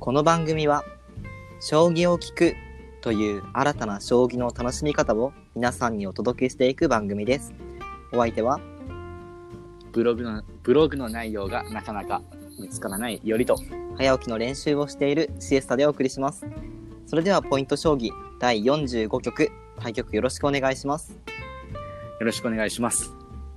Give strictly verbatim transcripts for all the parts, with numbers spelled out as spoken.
この番組は将棋を聞くという新たな将棋の楽しみ方を皆さんにお届けしていく番組です。お相手はブログのブログの内容がなかなか見つからないよりと早起きの練習をしているシエスタでお送りします。それではポイント将棋だいよんじゅうごきょく、対局よろしくお願いします。 よろしくお願いします。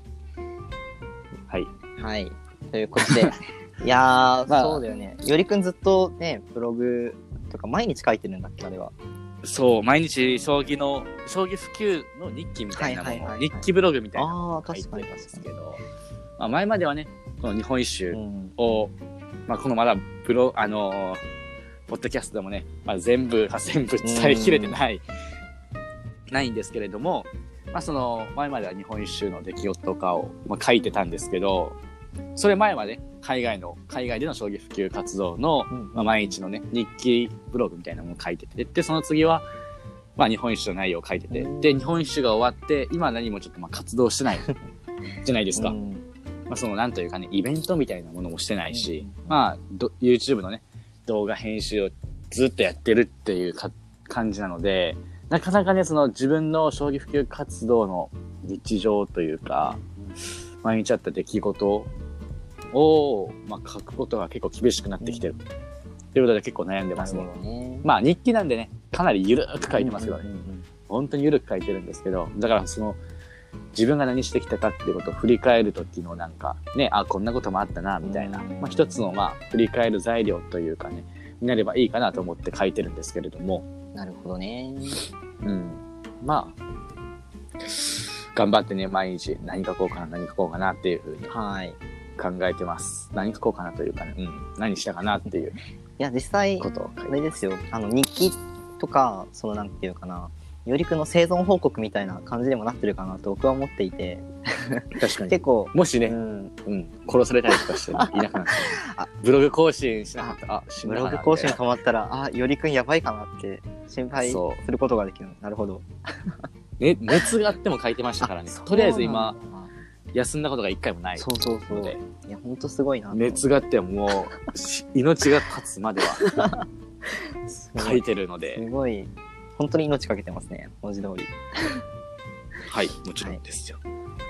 はいはいということでいやー、まあ、そうだよね。よりくんずっとねブログとか毎日書いてるんだっけあれは。 そう、毎日将棋の将棋普及の日記みたいなもの、はいはいはいはい、日記ブログみたいなのを書いてるんですけど、まあ、前まではねこの日本一周を、うんまあ、このまだブロあのー、ポッドキャストでもね、まあ、全部が全部伝えきれてない、うん、ないんですけれども、まあ、その前までは日本一周の出来事とかを、まあ、書いてたんですけど、それ前はね海外の海外での将棋普及活動の、うんまあ、毎日のね日記ブログみたいなものを書いてて、でその次は、まあ、日本一周の内容を書いてて、で日本一周が終わって今何もちょっとまあ活動してないじゃないですか。うんまあ、そのなんというかねイベントみたいなものもしてないし、うんまあ、YouTube のね動画編集をずっとやってるっていうか感じなので、なかなかねその自分の将棋普及活動の日常というか、毎日あった出来事を、まあ、書くことが結構厳しくなってきてる、うん、ということで結構悩んでます ね, ねまあ日記なんでねかなりゆるく書いてますけどね、うんうんうん、本当にゆるく書いてるんですけど、だからその自分が何してきたかっていうことを振り返る時のなんかねあこんなこともあったなみたいな、まあ、一つのまあ振り返る材料というかねになればいいかなと思って書いてるんですけれども。 なるほどね。 うんまあ頑張ってね毎日何書こうかな何書こうかなっていうふうに考えてます、はい、何書こうかなというかね、うん、何したかなっていういや実際あれですよ、あの日記とかそのなんていうかなよりくんの生存報告みたいな感じでもなってるかなと僕は思っていて確かに結構もしね、うんうん、殺されたりとかして、ね、いなくなったブログ更新しなかったあ死んだかなブログ更新止まったらあよりくんやばいかなって心配することができる。なるほどね、熱があっても書いてましたからね。とりあえず今休んだことが一回もない。 そうそうそう。いや本当すごいな。 熱があってももう命が立つまでは書いてるので。 すごい本当に命かけてますね文字通り。 はいもちろんですよ。はい、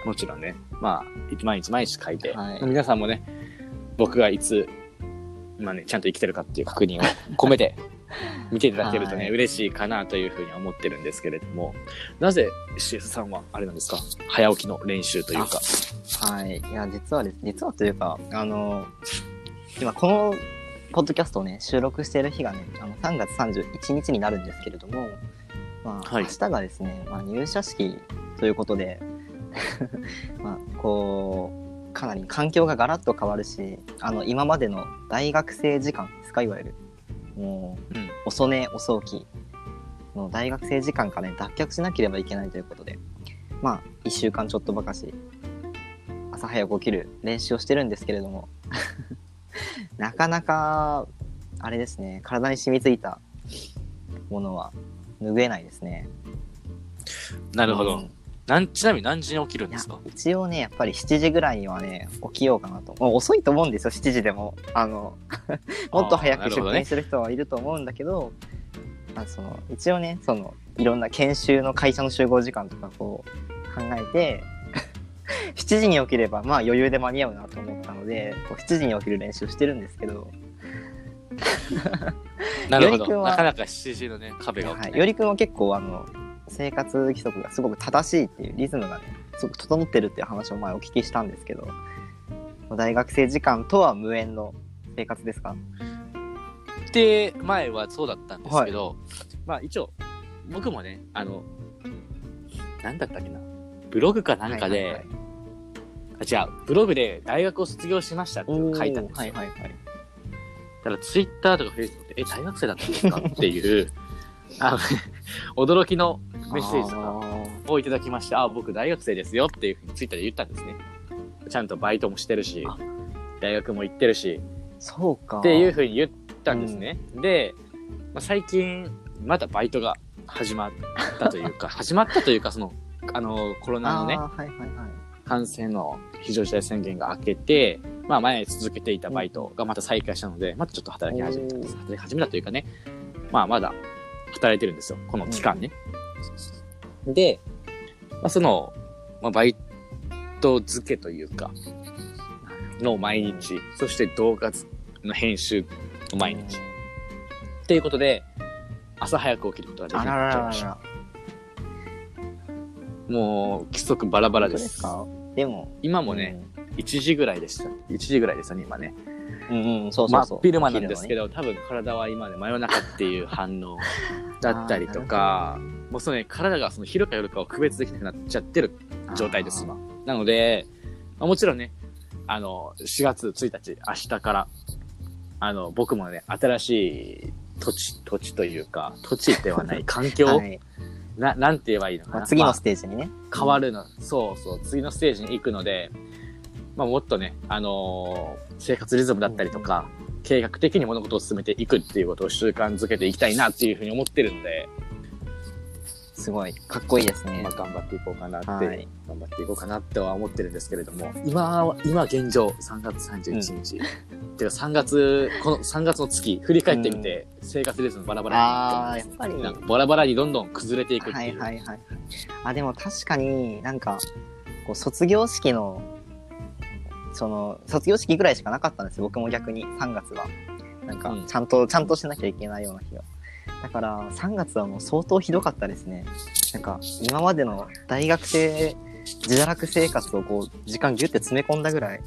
もちろんね。まあ毎日毎日書いて、はい、皆さんもね僕がいつまあねちゃんと生きてるかっていう確認を込めて。見ていただけるとね、はい、嬉しいかなというふうに思ってるんですけれども、なぜ シーエス さんはあれなんですか早起きの練習というか。 はいいや実はです実はというかあの今このポッドキャストをね収録している日がねあのさんがつさんじゅういちにちになるんですけれども、まあ、はい、明日がですね、まあ、入社式ということでまあこうかなり環境がガラッと変わるし、あの今までの大学生時間ですかいわゆるもう、うん、遅寝遅起きの大学生時間からね脱却しなければいけないということで、まあいっしゅうかんちょっとばかし朝早く起きる練習をしてるんですけれどもなかなかあれですね体に染みついたものは拭えないですね。 なるほど、うん、なんちなみに何時に起きるんですか？ 一応ねやっぱりしちじぐらいにはね起きようかなと。もう遅いと思うんですよしちじでもあのもっと早く出勤する人はいると思うんだけど、あ、ね、その一応ねそのいろんな研修の会社の集合時間とかこう考えてしちじに起きればまあ余裕で間に合うなと思ったのでこうしちじに起きる練習してるんですけどなるほどなかなかしちじのね壁が大きい、ね、 はい、よりくんは結構あの生活規則がすごく正しいっていうリズムがねすごく整ってるっていう話を前お聞きしたんですけど、大学生時間とは無縁の生活ですか？ で前はそうだったんですけど、はい、まあ一応僕もねあの何だったっけなブログかなんかで、はいはいはい、あ違うブログで大学を卒業しましたって書いたんですよ。はいはいはい、だからツイッターとかフェイスブックでえ大学生だったんですかっていうあの驚きのメッセージとかをいただきまして、あ僕大学生ですよっていうふうにツイッターで言ったんですね。ちゃんとバイトもしてるし大学も行ってるしそうかっていうふうに言ったんですね、うん、で、まあ、最近またバイトが始まったというか始まったというかそのあのコロナのね、はいはいはい、感染の非常事態宣言が明けてまあ前続けていたバイトがまた再開したので、またちょっと働き始めたんです。働き始めたというかね、まあまだ働いてるんですよ、この期間ね。うん、で、まあその、まあ、バイト付けというか、の毎日、そして動画の編集の毎日。っていうことで、朝早く起きることができなくなっちゃいました。もう規則バラバラです。ですか？ でも今もね、うん、いちじぐらいでした。いちじぐらいですよね、今ね。 うんうん、そうそうそう。 真っ昼間なんですけど、ね、多分体は今ね、真夜中っていう反応だったりとか、もうそのね、体がその昼か夜かを区別できなくなっちゃってる状態です、今。なので、まあ、もちろんね、あの、しがつついたち、明日から、あの、僕もね、新しい土地、土地というか、土地ではない環境、はい、な、なんて言えばいいのかな。まあ、 次のステージにね、 まあ。変わるの、うん、そうそう、次のステージに行くので、まあ、もっとね、あのー、生活リズムだったりとか、うん、計画的に物事を進めていくっていうことを習慣づけていきたいなっていうふうに思ってるので、 すごい、かっこいいですね。 まあ、頑張っていこうかなって、はい、頑張っていこうかなっては思ってるんですけれども、今、今現状、さんがつさんじゅういちにち。うん、てかさんがつ、このさんがつの月、振り返ってみて、うん、生活リズムバラバラになってます。ああ、やっぱり。バラバラにどんどん崩れていくっていう。 はいはいはい。あ、でも確かになんか、こう卒業式の、その、卒業式ぐらいしかなかったんですよ。僕も逆にさんがつは。なんか、ちゃんと、うん、ちゃんとしなきゃいけないような日は。だからさんがつはもう相当ひどかったですね。なんか今までの大学生自堕落生活をこう時間ギュッて詰め込んだぐらい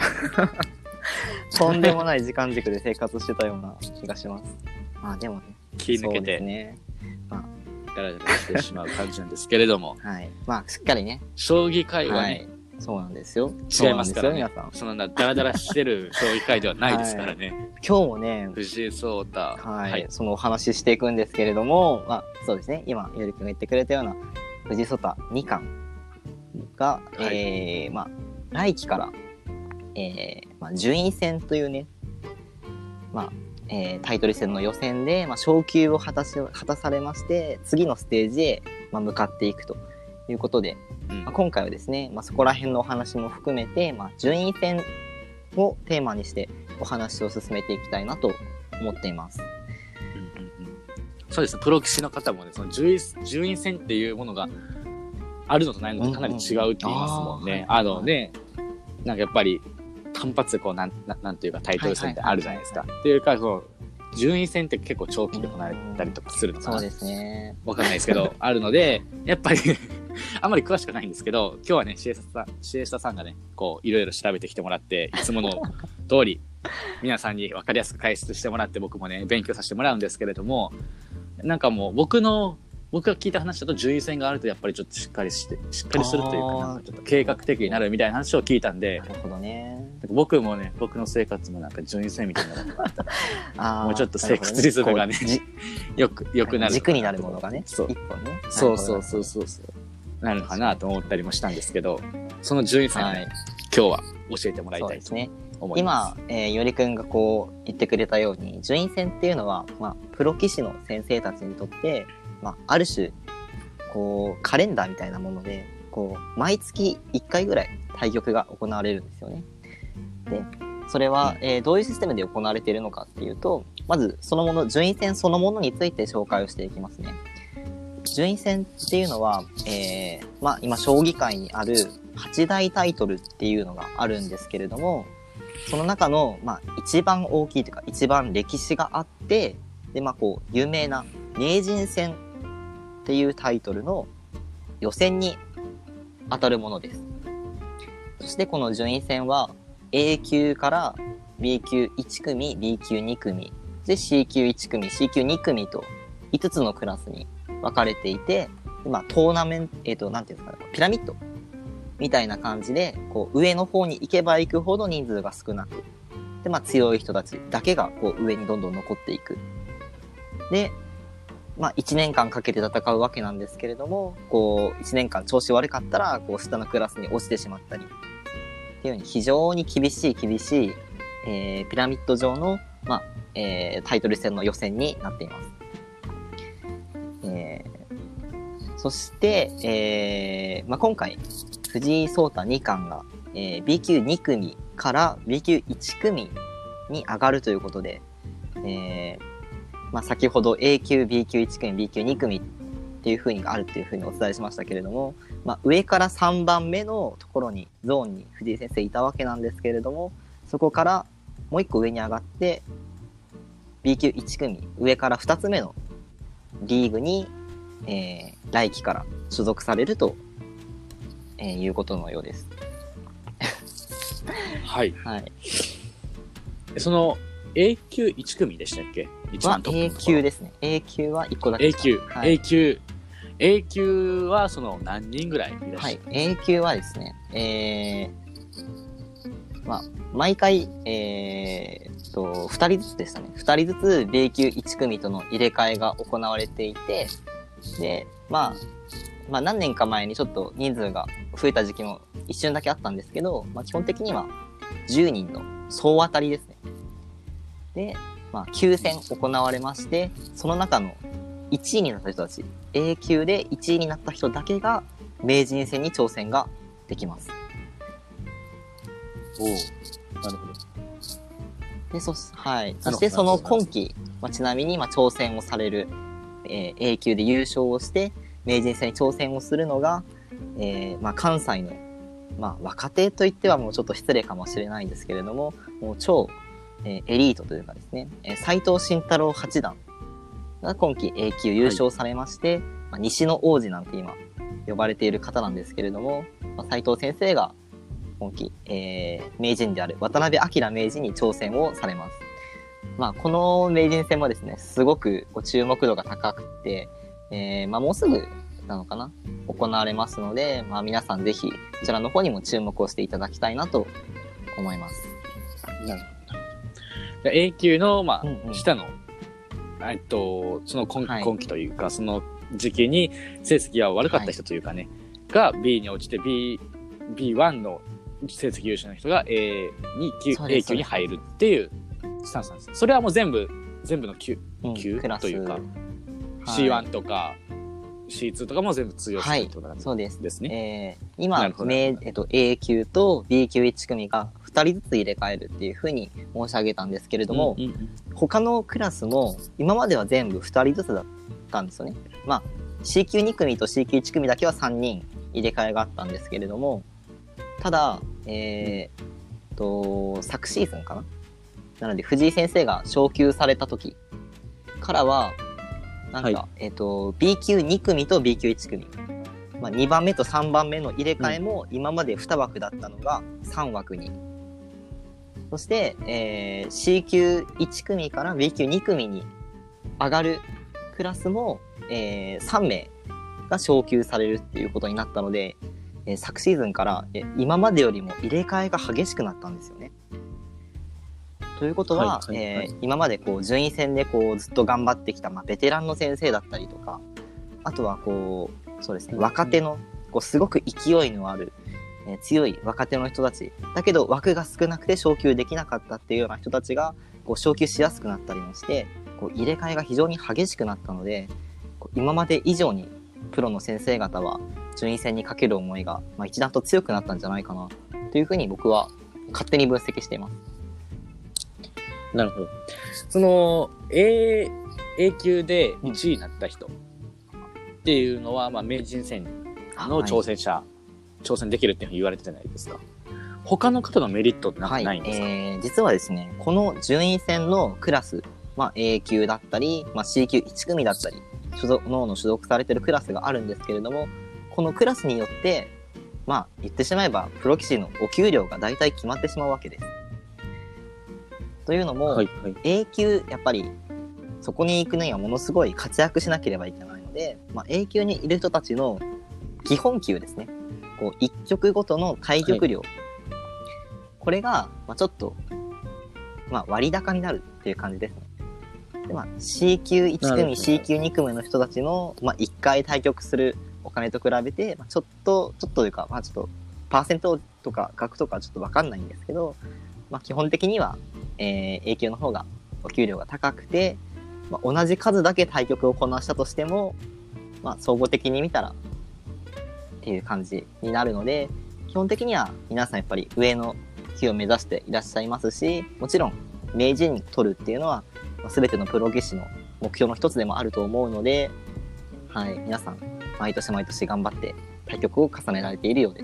とんでもない時間軸で生活してたような気がします。まあでもね、 気抜けてね、まあダラダラしてしまう感じなんですけれども、 はい、まあしっかりね、 将棋界はね、はい、 そうなんですよ。 違いますからね。皆さん。そんなダラダラしてる将棋界ではないですからね。はい、 今日もね、 藤井聡太、 はい、はい、そのお話ししていくんですけれども、まあそうですね。今ゆうりくんが言ってくれたような藤井聡太二冠が、はい、えー、まあ来期から、えー、まあ順位戦というね、まあ、えー、タイトル戦の予選で、まあ、昇級を果たし果たされまして、次のステージへ、まあ、向かっていくということで。うんまあ、今回はですね、まあ、そこら辺のお話も含めて、まあ、順位戦をテーマにしてお話を進めていきたいなと思っています。 うんうんうん、そうですね、プロ棋士の方もね、その順位、順位戦っていうものがあるのとないのとかなり違うって言いますもんね。うんうん、あ, あのね、なんかやっぱり単発でこうなんななんていうかタイトル戦ってあるじゃないですか。っていうかその順位戦って結構長期で行われたりとかするのかな。 そうですね。 わかんないですけどあるのでやっぱりあんまり詳しくないんですけど、今日はね、シエスタさん、シエスタさんがね、こう、いろいろ調べてきてもらって、いつもの通り、皆さんに分かりやすく解説してもらって、僕もね、勉強させてもらうんですけれども、なんかもう、僕の、僕が聞いた話だと、順位戦があると、やっぱりちょっとしっかりして、しっかりするというか、なんかちょっと計画的になるみたいな話を聞いたんで、 なるほどね。 僕もね、僕の生活もなんか順位戦みたいなのがあったら、もうちょっと生活リズムがね、よく、よくなる。 軸になるものがね、 そう。 一本ね。 そうそうそうそうそう。なるのかなと思ったりもしたんですけど、その順位戦をね、はい、今日は教えてもらいたいと思います。 今、えー、よりくんがこう言ってくれたように、順位戦っていうのは、まあ、プロ棋士の先生たちにとって、まあ、ある種こうカレンダーみたいなもので、こう毎月いっかいぐらい対局が行われるんですよね。で、それは、えー、どういうシステムで行われているのかっていうと、まずそのもの、順位戦そのものについて紹介をしていきますね。順位戦っていうのは、えー、まあ今将棋界にあるはち大タイトルっていうのがあるんですけれども、その中のまあ一番大きいというか一番歴史があって、でまあこう有名な名人戦っていうタイトルの予選に当たるものです。そしてこの順位戦は A 級から B 級いち組、B 級に組、で C 級いち組、C 級に組といつつのクラスに分かれていて、まあ、トーナメント、えっと、なんていうんですかね、ピラミッドみたいな感じで、こう、上の方に行けば行くほど人数が少なく、で、まあ、強い人たちだけが、こう、上にどんどん残っていく。で、まあ、いちねんかんかけて戦うわけなんですけれども、こう、いちねんかん調子悪かったら、こう、下のクラスに落ちてしまったり、っていうように非常に厳しい厳しい、えー、ピラミッド上の、まあ、えー、タイトル戦の予選になっています。えー、そして、えーまあ、今回藤井聡太二冠が、えー、B 級に組から ビー級いち組に上がるということで、えーまあ、先ほど A 級、B 級いち組、B 級に組っていう風にあるっていう風にお伝えしましたけれども、まあ、上からさんばんめのところにゾーンに藤井先生いたわけなんですけれども、そこからもう一個上に上がって B 級いち組、上からふたつめのリーグに、えー、来期から所属されると、えー、いうことのようです。 はい。 はい。 その A 級いち組でしたっけ？一番トップのところ。 A 級ですね。A 級はいっこだけ。 A 級、はい、A 級、A 級はその何人ぐらいいらっしゃる？はい。 A 級はですね、えー、まあ毎回えー、っとふたりずつでしたね。ふたりずつ B 級いち組との入れ替えが行われていて、でまあまあ何年か前にちょっと人数が増えた時期も一瞬だけあったんですけど、まあ基本的にはじゅうにんの総当たりですね。で、まあ、きゅう戦行われまして、その中のいちいになった人たち、A 級でいちいになった人だけが名人戦に挑戦ができます。 おお、なるほど。 で、そし、はい。そしてその今期、まあ、ちなみにまあ挑戦をされる、えー、A 級で優勝をして、名人戦に挑戦をするのが、えー、まあ関西の、まあ若手といってはもうちょっと失礼かもしれないんですけれども、もう超えー、エリートというかですね、えー、斉藤慎太郎八段が今季 A 級優勝されまして、はい、まあ、西の王子なんて今呼ばれている方なんですけれども、まあ、斉藤先生が今季、えー、名人である渡辺明名人に挑戦をされます。まあ、この名人戦もですね、すごく注目度が高くて、えーまあ、もうすぐなのかな行われますので、まあ、皆さんぜひこちらの方にも注目をしていただきたいなと思います。 なるほど。A 級の、まあ、うんうん、下の、えっと、その 今,、はい、今期というか、その時期に成績が悪かった人というかね、はい、が B に落ちて B、ビーワン の成績優秀な人が A に、A 級に入るっていうスタンスなんです。それはもう全部、全部の級、うん、級というか、はい、シーワン とか、シーツー とかも全部通用するってことなんですね。はい、そうです。 えー、今、えっと、A 級と B 級いち組がふたりずつ入れ替えるっていうふうに申し上げたんですけれども、うんうんうん、他のクラスも今までは全部ふたりずつだったんですよね。まあ C 級に組と C 級いち組だけはさんにん入れ替えがあったんですけれども、ただ、えー、と昨シーズンかな。なので藤井先生が昇級された時からはなんか、はい、えっと B 級に組と B 級いち組、まあ、にばんめとさんばんめの入れ替えも今までに枠だったのがさん枠に、そして、えー、C 級いち組から B 級に組に上がるクラスも、えー、さん名が昇級されるっていうことになったので、えー、昨シーズンから、えー、今までよりも入れ替えが激しくなったんですよね。ということは、はいはいはい、えー、今までこう順位戦でこうずっと頑張ってきた、まあ、ベテランの先生だったりとか、あとはこうそうですね、若手のこうすごく勢いのある、えー、強い若手の人たちだけど枠が少なくて昇級できなかったっていうような人たちがこう昇級しやすくなったりもして、こう入れ替えが非常に激しくなったので、こう今まで以上にプロの先生方は順位戦にかける思いが、まあ、一段と強くなったんじゃないかなというふうに僕は勝手に分析しています。 なるほど。その A, A 級でいちいになった人っていうのは、うん、まあ名人戦の挑戦者、はい、挑戦できるっていうふうに言われてたじゃないですか。他の方のメリットってなんかないんですか？はい、えー、実はですね、この順位戦のクラス、まあ A 級だったり、まあ C 級いち組だったり、所属脳の所属されているクラスがあるんですけれども、このクラスによってまあ言ってしまえばプロ棋士のお給料が大体決まってしまうわけです。というのも、はいはい、A 級やっぱりそこに行くにはものすごい活躍しなければいけないので、まあ、A 級にいる人たちの基本給ですね、こういっ局ごとの対局料、はい、これが、まあ、ちょっと、まあ、割高になるっていう感じですね。で、まあ、C 級いち組 C 級に組の人たちの、まあ、いっかい対局するお金と比べて、まあ、ちょっとちょっとというか、まあ、ちょっとパーセントとか額とかちょっと分かんないんですけど、まあ、基本的にはえー、A 級の方がお給料が高くて、まあ、同じ数だけ対局をこなしたとしても、まあ、総合的に見たらっていう感じになるので、基本的には皆さんやっぱり上の級を目指していらっしゃいますし、もちろん名人取るっていうのは全てのプロ棋士の目標の一つでもあると思うので、はい、皆さん毎年毎年頑張って対局を重ねられているようです。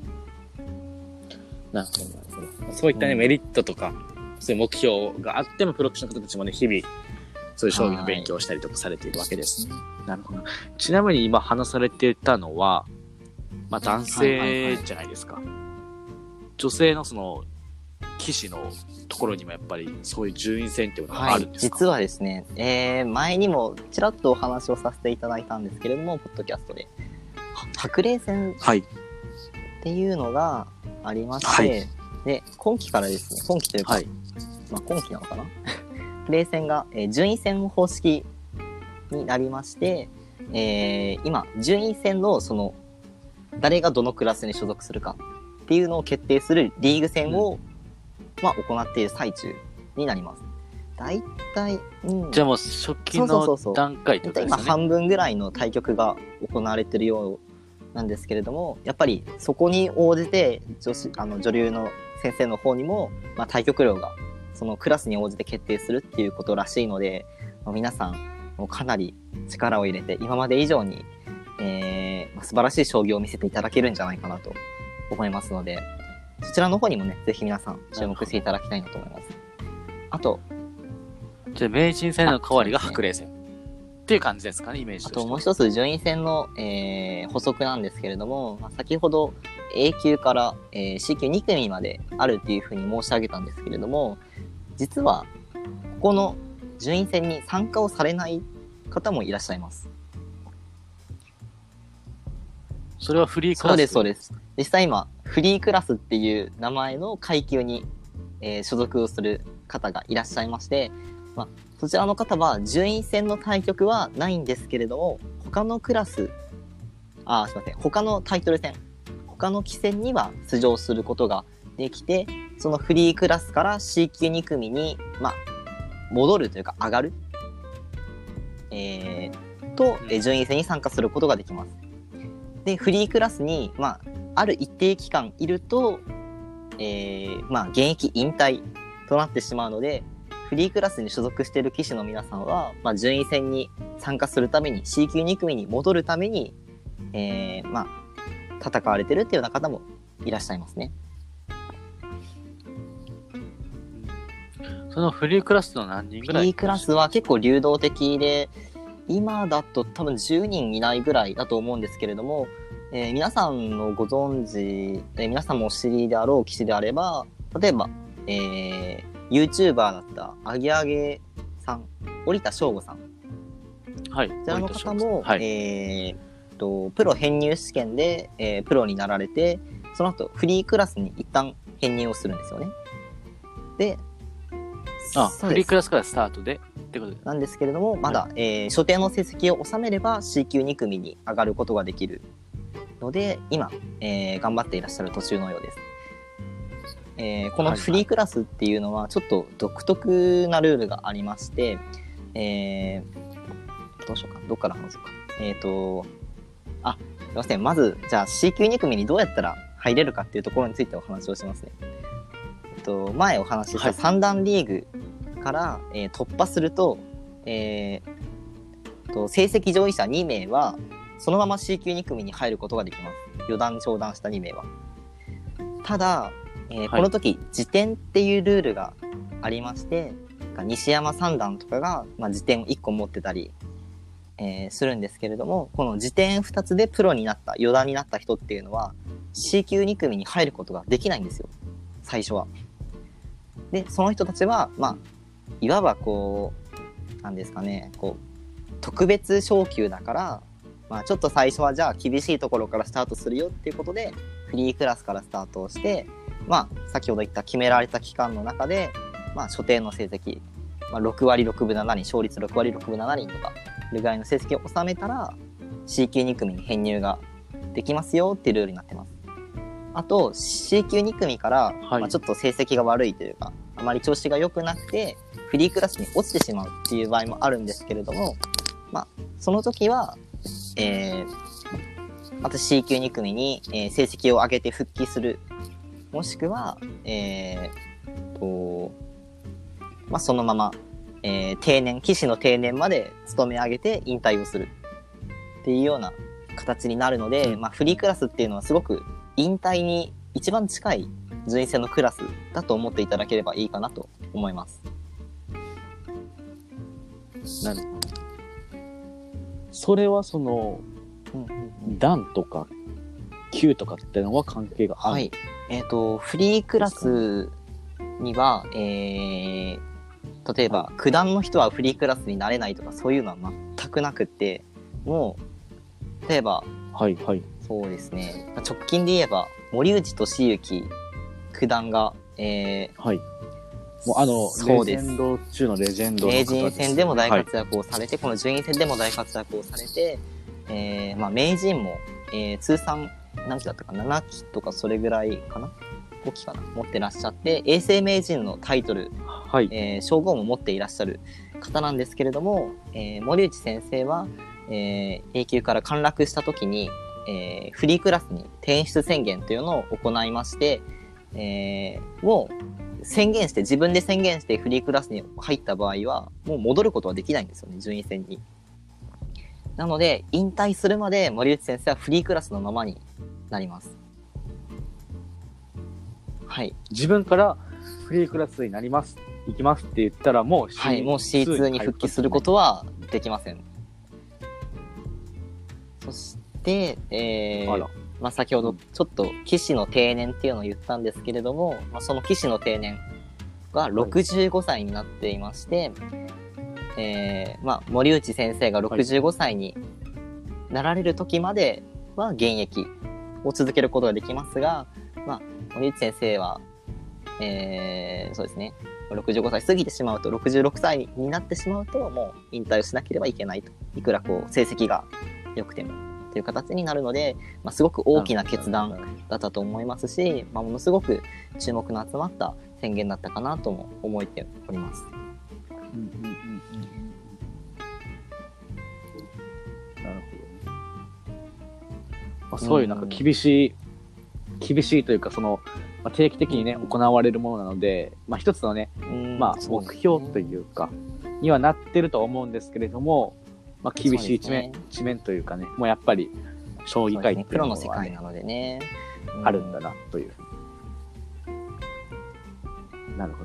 なるほどなるほど。そういったね、うん、メリットとかそういう目標があってもプロ棋士の方たちもね日々そういう将棋の勉強をしたりとかされているわけですね。なるほど。ちなみに今話されてたのは、まあ男性じゃないですか。はいはいはい、女性のその棋士のところにもやっぱりそういう順位戦っていうのがあるんですか？ はい、実はですね、えー、前にもちらっとお話をさせていただいたんですけれども、ポッドキャストで白玲戦っていうのがありまして、はい、で今期からですね、今期というか、はい、まあ今期なのかな白玲戦が、えー、順位戦方式になりまして、えー、今順位戦のその誰がどのクラスに所属するかっていうのを決定するリーグ戦を、うん、まあ、行っている最中になります。だいたい、うん、 じゃあもう初期の段階ってことですね。 今半分ぐらいの対局が行われているようなんですけれども、やっぱりそこに応じて女子あの女流の先生の方にも、まあ、対局量がそのクラスに応じて決定するっていうことらしいので、まあ、皆さんもうかなり力を入れて今まで以上に、えーまあ、素晴らしい将棋を見せていただけるんじゃないかなと思いますので、そちらの方にもね、ぜひ皆さん注目していただきたいなと思います。あと、 じゃあ名人戦の代わりが白玲戦、ね、っていう感じですかね、イメージとして。 あともう一つ順位戦の、えー、補足なんですけれども、まあ、先ほど A 級から、えー、C 級に組まであるっていうふうに申し上げたんですけれども、実はここの順位戦に参加をされない方もいらっしゃいます。 それはフリークラス？ そうですそうです。実際今フリークラスっていう名前の階級に、えー、所属をする方がいらっしゃいまして、まあ、そちらの方は順位戦の対局はないんですけれども、他のクラスあすいません他のタイトル戦他の棋戦には出場することができて、そのフリークラスから C 級に組に、まあ、戻るというか上がる、えー、と順位戦に参加することができます。でフリークラスに、まあ、ある一定期間いると、えーまあ、現役引退となってしまうので、フリークラスに所属している棋士の皆さんは、まあ、順位戦に参加するために C 級に組に戻るために、えーまあ、戦われてるっていうような方もいらっしゃいますね。 そのフリークラスの何人ぐらい？ フリークラスは結構流動的で、今だと多分じゅうにんいないぐらいだと思うんですけれども、えー、皆さんのご存知、えー、皆さんもお知りであろう棋士であれば、例えば、えー、YouTuber だったあげあげさん、織田翔吾さん、 はい、 こちらの方も、はい、えー、とプロ編入試験で、えー、プロになられて、その後フリークラスに一旦編入をするんですよね。で、 あ、フリークラスからスタートでってことなんですけれども、まだ、はい、えー、所定の成績を収めれば C 級に組に上がることができるので、今、えー、頑張っていらっしゃる途中のようです。えー、このフリークラスっていうのはちょっと独特なルールがありまして、えー、どうしようかどっから話そうかえっ、ー、とあすいませんまずじゃあ C 級に組にどうやったら入れるかっていうところについてお話をしますね。えっと前お話ししたさん段リーグから、はい、えー、突破すると、えー、と成績上位者に名はそのまま C 級に組に入ることができます。四段昇段したに名は。ただ、えーはい、この時次点っていうルールがありまして、西山三段とかが、まあ、次点をいっこ持ってたり、えー、するんですけれども、この次点ふたつでプロになった四段になった人っていうのは C 級に組に入ることができないんですよ、最初は。でその人たちはまあいわばこうなんですかね、こう特別昇級だから、まあ、ちょっと最初はじゃあ厳しいところからスタートするよっていうことでフリークラスからスタートをして、まあ、先ほど言った決められた期間の中で、まあ、所定の成績、まあ、ろく割ろくぶななりん、勝率ろく割ろくぶななりんとかそれぐらいの成績を収めたら C 級に組に編入ができますよっていうルールになってます。あと C 級に組から、はい、まあ、ちょっと成績が悪いというかあまり調子が良くなくてフリークラスに落ちてしまうっていう場合もあるんですけれども、まあ、その時は、えー、また C 級に組に、えー、成績を上げて復帰するもしくは、えーとまあ、そのまま、えー、定年、棋士の定年まで勤め上げて引退をするっていうような形になるので、まあ、フリークラスっていうのはすごく引退に一番近い順位戦のクラスだと思っていただければいいかなと思います。 なるほど。それはその、うんうんうん、段とか級とかってのは関係がある？はい。 えっと、フリークラスには、えー、例えば、はい、九段の人はフリークラスになれないとかそういうのは全くなくって、もう、例えば、 はいはい。 そうですね。直近で言えば、森内俊之九段が、えー、 はい。もうあの、レジェンド中のレジェンドの方です、ね。 名人戦でも大活躍をされて、はい、この順位戦でも大活躍をされて、えー、まあ、名人も、えー、通算、何期だったかなななきとかそれぐらいかなごきかな持ってらっしゃって、永世名人のタイトル、はい、えー、称号も持っていらっしゃる方なんですけれども、えー、森内先生は、えー、A 級から陥落した時に、えー、フリークラスに転出宣言というのを行いまして、えー、もう宣言して自分で宣言してフリークラスに入った場合はもう戻ることはできないんですよね、順位戦に。なので引退するまで森内先生はフリークラスのままになります。はい。 自分からフリークラスになります、行きますって言ったらもう シーツーはい、もう シーツー に復帰することはできません。そして、えー、まあ、先ほどちょっと棋士の定年っていうのを言ったんですけれども、まあ、その棋士の定年がろくじゅうごさいになっていまして、はい、えー、まあ、森内先生がろくじゅうごさいになられる時までは現役を続けることができますが、まあ、森内先生は、えー、そうですね、ろくじゅうごさい過ぎてしまうとろくじゅうろくさいになってしまうともう引退をしなければいけないと、いくらこう成績が良くてもという形になるので、まあ、すごく大きな決断だったと思いますし、まあ、ものすごく注目の集まった宣言だったかなとも思っております。うんうんうんうん、 なるほど、まあ、そういうなんか厳しい、うん、厳しいというかその、まあ、定期的にね行われるものなので、まあ、一つのね、まあ、目標というかにはなってると思うんですけれども、まあ、厳しい一面、ね、一面というかね、もうやっぱり将棋界っていうのは、ね、 プロの世界なのでね、 うん、あるんだなという。なるほ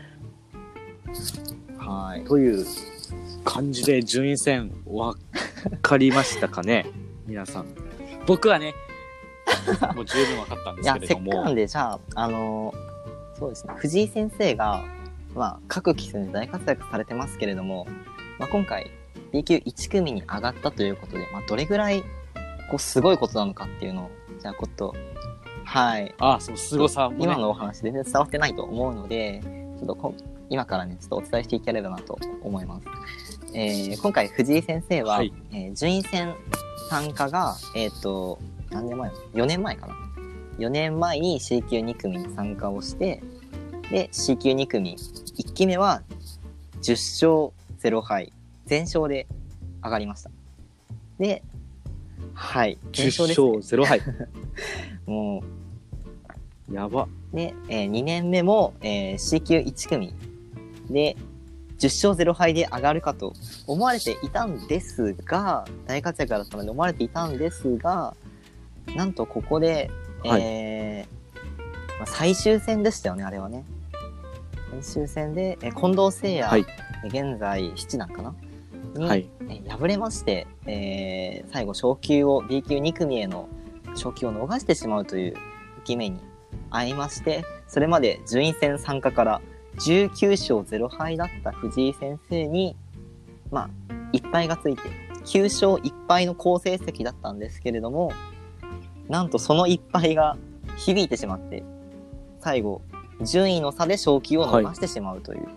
ど。はい。という感じで順位戦分かりましたかね、皆さん。僕はね、もう十分分かったんですけれども。 いや、せっかくなんでじゃあ、あのー、そうですね、藤井先生が、まあ、各棋戦で大活躍されてますけれども、まあ、今回 B 級いち組に上がったということで、まあ、どれぐらいこうすごいことなのかっていうのをじゃあちょっとはいああそうすごさも、ね、 今のお話全然伝わってないと思うのでちょっとこ今からねちょっとお伝えしていければなと思います。えー、今回藤井先生は、はい、えー、順位戦参加がえっ、ー、と何年前よねんまえかなよねんまえに C 級に組に参加をしてで C 級に組いっきめはじゅっしょうゼロはい全勝で上がりました。で、はい、 じゅっしょうゼロはいもうやば。 で、えー、にねんめも、えー、C 級いち組でじゅっしょうゼロはいで上がるかと思われていたんですが、大活躍だったので思われていたんですが、なんとここで、はい、えーまあ、最終戦でしたよね、あれはね。最終戦で、えー、近藤誠也、はい、現在七段かなに、はい、えー、敗れまして、えー、最後昇級を B 級に組への昇級を逃してしまうという受け目に遭いまして、それまで順位戦参加からじゅうきゅうしょうゼロはいだった藤井先生に、まあ、いっぱいがついてきゅうしょういっぱいの好成績だったんですけれども、なんとそのいっぱいが響いてしまって最後順位の差で昇級を逃してしまうという、はい、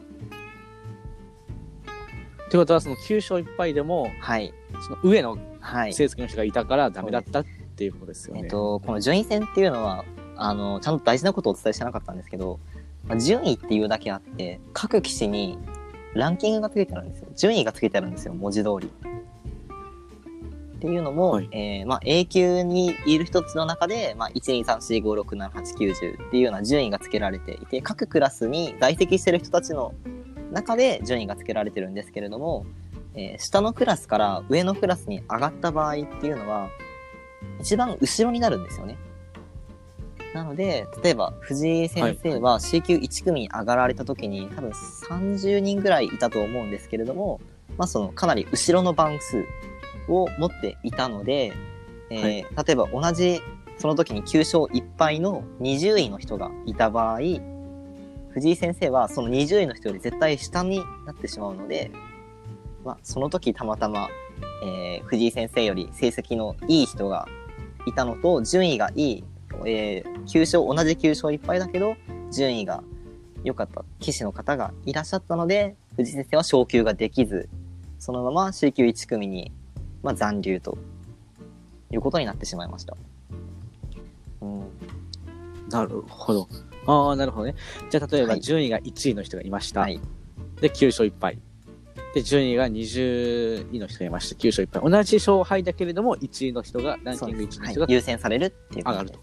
ってことはそのきゅうしょういっぱいでも、はい、その上の成績の人がいたからダメだったっていうことですよね。 えっと、この順位戦っていうのはあのちゃんと大事なことをお伝えしてなかったんですけど、まあ、順位っていうだけあって各棋士にランキングがついてあるんですよ。順位がついてあるんですよ、文字通り。 っていうのも、はい、えーまあ、A 級にいる人たちの中で、まあ、いち、に、さん、よん、ご、ろく、なな、はち、きゅう、じゅうっていうような順位がつけられていて、各クラスに在籍している人たちの中で順位がつけられてるんですけれども、えー、下のクラスから上のクラスに上がった場合っていうのは一番後ろになるんですよね。なので例えば藤井先生は C 級いち組に上がられた時に多分さんじゅうにんぐらいいたと思うんですけれども、まあ、そのかなり後ろの番数を持っていたので、えーはい、例えば同じその時にきゅう勝いっ敗のにじゅういの人がいた場合、藤井先生はそのにじゅういの人より絶対下になってしまうので、まあ、その時たまたま、えー、藤井先生より成績のいい人がいたのと、順位がいい、えー、きゅう勝同じきゅう勝いっ敗だけど順位が良かった棋士の方がいらっしゃったので、藤井先生は昇級ができずそのまま C 級いち組に、まあ、残留ということになってしまいました。 うん、なるほど。ああ、なるほどね。じゃあ例えば順位がいちいの人がいました、はい、できゅう勝いっ敗で順位がにじゅういの人がいました、きゅう勝いっ敗、同じ勝敗だけれどもいちいの人がランキングいちいの人が、 はい、優先されるっていう上がると。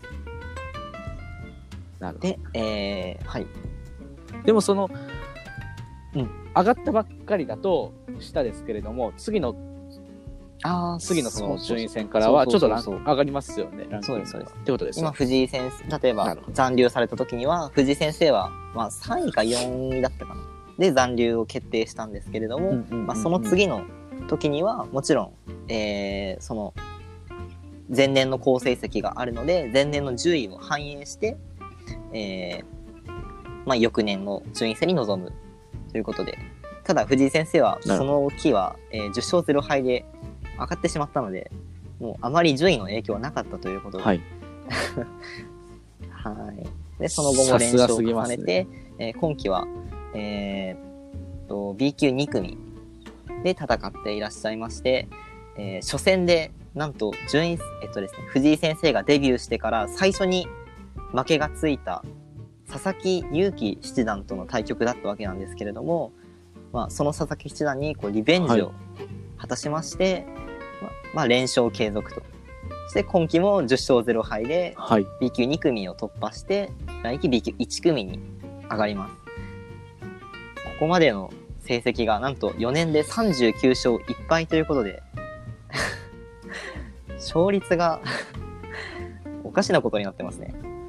なるほど。 で、えー、はい。 でもその、うん、上がったばっかりだと下ですけれども、次のあ次のその順位戦からはちょっとランク上がりますよね。 そうですそうです。 ってことです。 今藤井先生、例えば残留された時には藤井先生はまあさんいかよんいだったかなで残留を決定したんですけれども、うんうんうんうん、まあ、その次の時にはもちろん、えー、その前年の好成績があるので前年の順位を反映して、えーまあ、翌年の順位戦に臨むということで、ただ藤井先生はその期は、えー、じゅっ勝ゼロ敗で上がってしまったので、もうあまり順位の影響はなかったということで、はい、はい。でその後も連勝を重ねて、ねえー、今期は、えー、と ビー級に組で戦っていらっしゃいまして、えー、初戦でなんと順位、えっとですね、藤井先生がデビューしてから最初に負けがついた佐々木勇気七段との対局だったわけなんですけれども、まあ、その佐々木七段にこうリベンジを果たしまして、はい、まあ、連勝継続と。そして今期もじゅっ勝ゼロ敗で ビー級に組を突破して、来期 ビー級いち組に上がります。ここまでの成績がなんとよねんでさんじゅうきゅう勝いっ敗ということで勝率がおかしなことになってますね。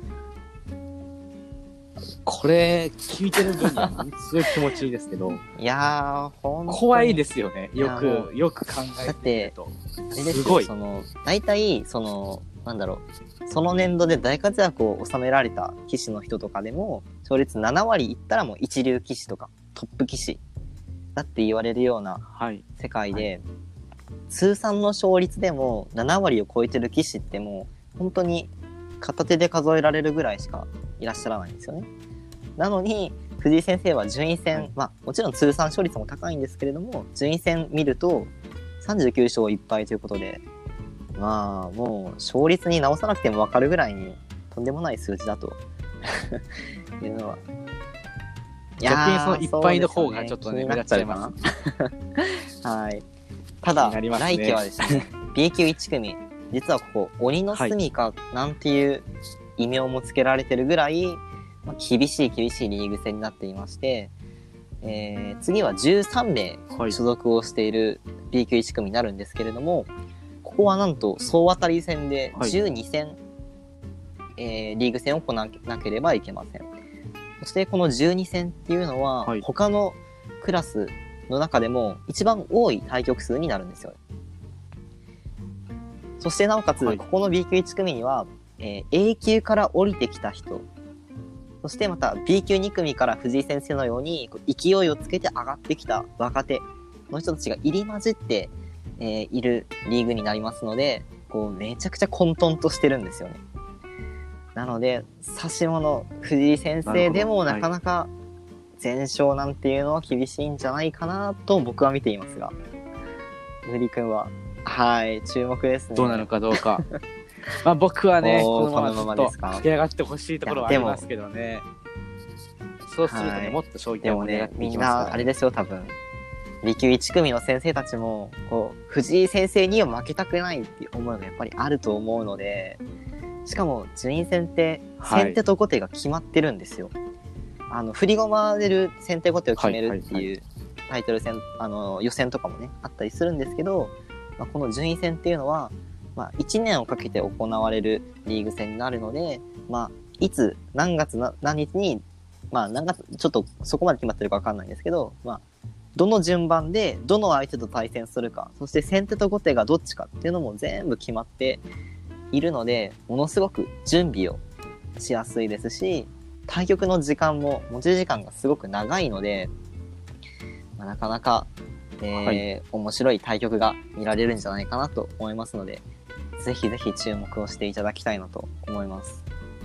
これ聞いてる分にはすごい気持ちいいですけどいやーほんとに怖いですよね。よくよく考えてみると。 だってあれですよ、すごいその大体そのなんだろう、その年度で大活躍を収められた棋士の人とかでも勝率なな割いったらもう一流棋士とかトップ棋士だって言われるような世界で、はいはい、通算の勝率でもなな割を超えてる棋士ってもう本当に片手で数えられるぐらいしかいらっしゃらないんですよね。なのに藤井先生は順位戦、はい、まあもちろん通算勝率も高いんですけれども順位戦見るとさんじゅうきゅう勝いっ敗ということで、まあもう勝率に直さなくても分かるぐらいにとんでもない数字だというのは、 逆にそのいっ敗の方がちょっとね目立っちゃいます。 はい。ただ、ね、来期はですね ビー級いち組、実はここ鬼の住処なんていう異名もつけられてるぐらい、まあ、厳しい厳しいリーグ戦になっていまして、えー、次はじゅうさん名所属をしている ビー級いち組になるんですけれども、ここはなんと総当たり戦でじゅうに戦、はい、えー、リーグ戦を行わなければいけません。そしてこのじゅうに戦っていうのは、はい、他のクラスの中でも一番多い対局数になるんですよ。そしてなおかつ、はい、ここの ビー級いち組には、えー、A 級から降りてきた人、そしてまた ビー級に組から藤井先生のように勢いをつけて上がってきた若手の人たちが入り混じって、えー、いるリーグになりますので、こうめちゃくちゃ混沌としてるんですよね。なので指し物藤井先生でもなかなか全勝なんていうのは厳しいんじゃないかなと僕は見ていますが、無理くんははい注目ですね。 どうなのかどうかまあ僕はねこのままずっと駆け上がってほしいところはありますけどね。そうするとね、もっと将棋を盛り上がっていきますから、ね、 みんなあれですよ、多分ビーきゅういち組の先生たちもこう藤井先生には負けたくないっていう思いがやっぱりあると思うので、しかも順位戦って先手と後手が決まってるんですよ。はい、あの振り駒でる先手後手を決めるっていうタイトル戦、あの予選とかもねあったりするんですけど、まあ、この順位戦っていうのは、まあ、いちねんをかけて行われるリーグ戦になるので、まあ、いつ何月何日に、まあ、何月ちょっとそこまで決まってるか分かんないんですけど、まあ、どの順番でどの相手と対戦するか、そして先手と後手がどっちかっていうのも全部決まっているので、ものすごく準備をしやすいですし、対局の時間も持ち時間がすごく長いので、まあ、なかなか、えーはい、面白い対局が見られるんじゃないかなと思いますので、ぜひぜひ注目をしていただきたいなと思います。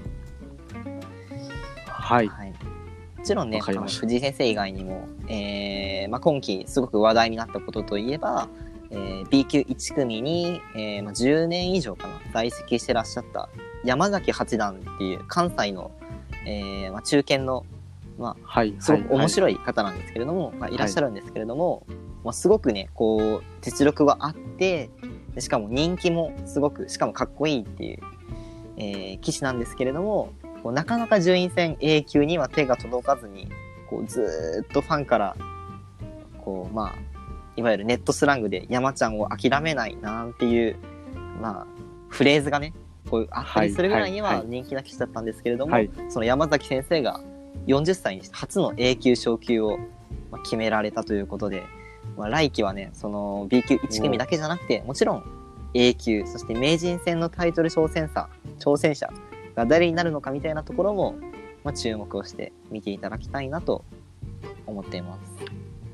はい、 はい、もちろんね、あの藤井先生以外にも、えーまあ、今期すごく話題になったことといえば、えー、ビーきゅういち組に、えーまあ、じゅうねん以上かな在籍してらっしゃった山崎八段っていう関西の、えーまあ、中堅の、まあはい、すごく面白い方なんですけれども、はいまあ、いらっしゃるんですけれども、はいまあ、すごくねこう実力があってでしかも人気もすごくしかもかっこいいっていう、えー、棋士なんですけれども、こうなかなか順位戦 A 級には手が届かずにこうずっとファンからこうまあいわゆるネットスラングで山ちゃんを諦めないなんていうまあフレーズがねこうあったりするぐらいには人気な棋士だったんですけれども、はいはいはい、その山崎先生がよんじゅっさいにして初の A 級昇級を決められたということで、まあ、来期はねその ビーきゅういち組だけじゃなくてもちろん A 級そして名人戦のタイトル挑戦者挑戦者が誰になるのかみたいなところも、まあ、注目をして見ていただきたいなと思っています。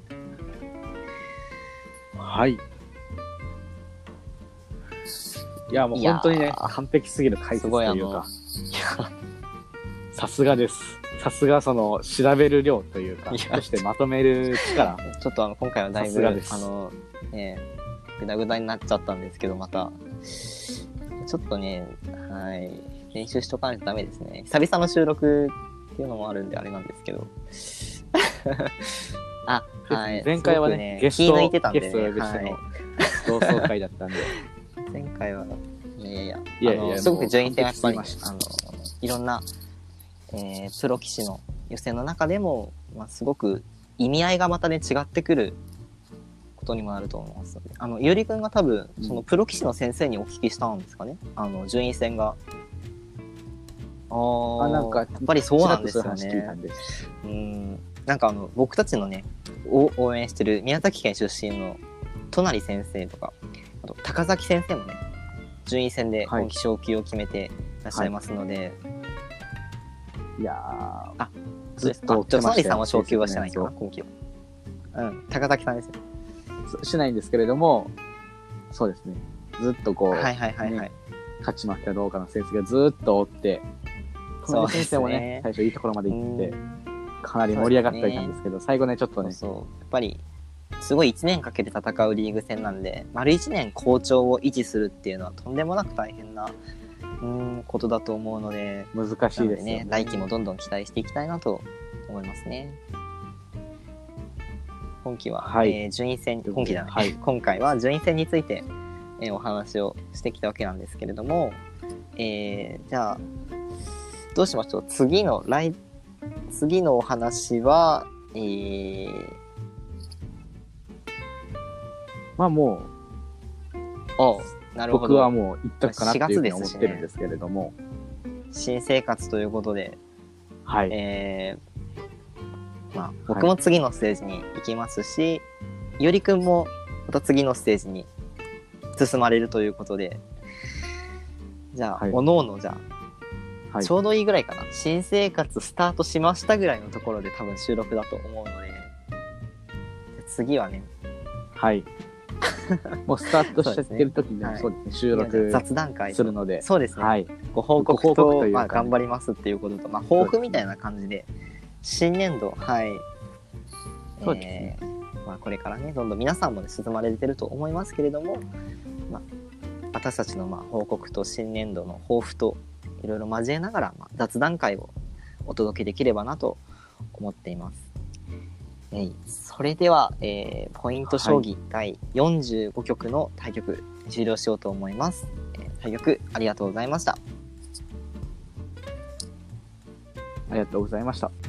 はい。いやもう本当にね完璧すぎる解説というか、さすがです。さすがその調べる量というか、そしてまとめる力。 ちょっとあの今回はだいぶあのねグダグダになっちゃったんですけど、またちょっとねはい練習しとかないとダメですね。久々の収録っていうのもあるんであれなんですけど。あ、はい。 前回はね、 ねゲスト抜いてたんでね、 ゲストの同窓会だったんで。 前回は、いやいやいや、 いやいやすごく順位戦はやっぱり、あの、いろんな、えー、プロ棋士の予選の中でも、まあ、すごく意味合いがまたね、違ってくることにもなると思いますので、あの、いおりくんが多分、そのプロ棋士の先生にお聞きしたんですかね、あの、順位戦が。ああ、なんか、やっぱりそうなんですよね。うん。なんかあの僕たちのね応援してる宮崎県出身の隣先生とかあと高崎先生もね順位戦で今期昇級を決めていらっしゃいますので、 はい、いやーあずっと隣さんは昇級はしてないかな今期は。うん高崎さんですね。 しないんですけれどもそうですねずっとこう、 はいはいはいはい、 ね、勝ち負けかどうかの成績がずっと追って隣先生もね、ね最初いいところまで行って。かなり盛り上がっていたんですけど、ね、最後ねちょっとねそうそうやっぱりすごいいちねんかけて戦うリーグ戦なんで丸いちねん好調を維持するっていうのはとんでもなく大変なうんことだと思うので難しいですね。 来期もどんどん期待していきたいなと思いますね。今期は、はいえー、順位戦今期じゃない、はい、今回は順位戦について、えー、お話をしてきたわけなんですけれども、えー、じゃあどうしましょう。次の来次のお話は、えー、 まあもうおなるほど僕はもう一択かなっていうふうに思ってるんですけれども、 ね、新生活ということで、 はいえーまあ、僕も次のステージに行きますし、はい、いおりくんもまた次のステージに進まれるということでじゃあ、はい、おのおのじゃあはい、ちょうどいいぐらいかな新生活スタートしましたぐらいのところで多分収録だと思うので次はねはいもうスタートしちゃってる時に、ねそうですね、収録雑談会するのでそうですね、はい、ご報告と、ご報告というかねまあ、頑張りますっていうことと、まあ、抱負みたいな感じで新年度はいそうですね、えーまあ、これからねどんどん皆さんもね進まれてると思いますけれども、まあ、私たちのまあ報告と新年度の抱負といろいろ交えながら、まあ、雑談会をお届けできればなと思っています。 えいそれでは、えー、ポイント将棋だいよんじゅうご局の対局終了しようと思います。えー、対局ありがとうございました。 ありがとうございました。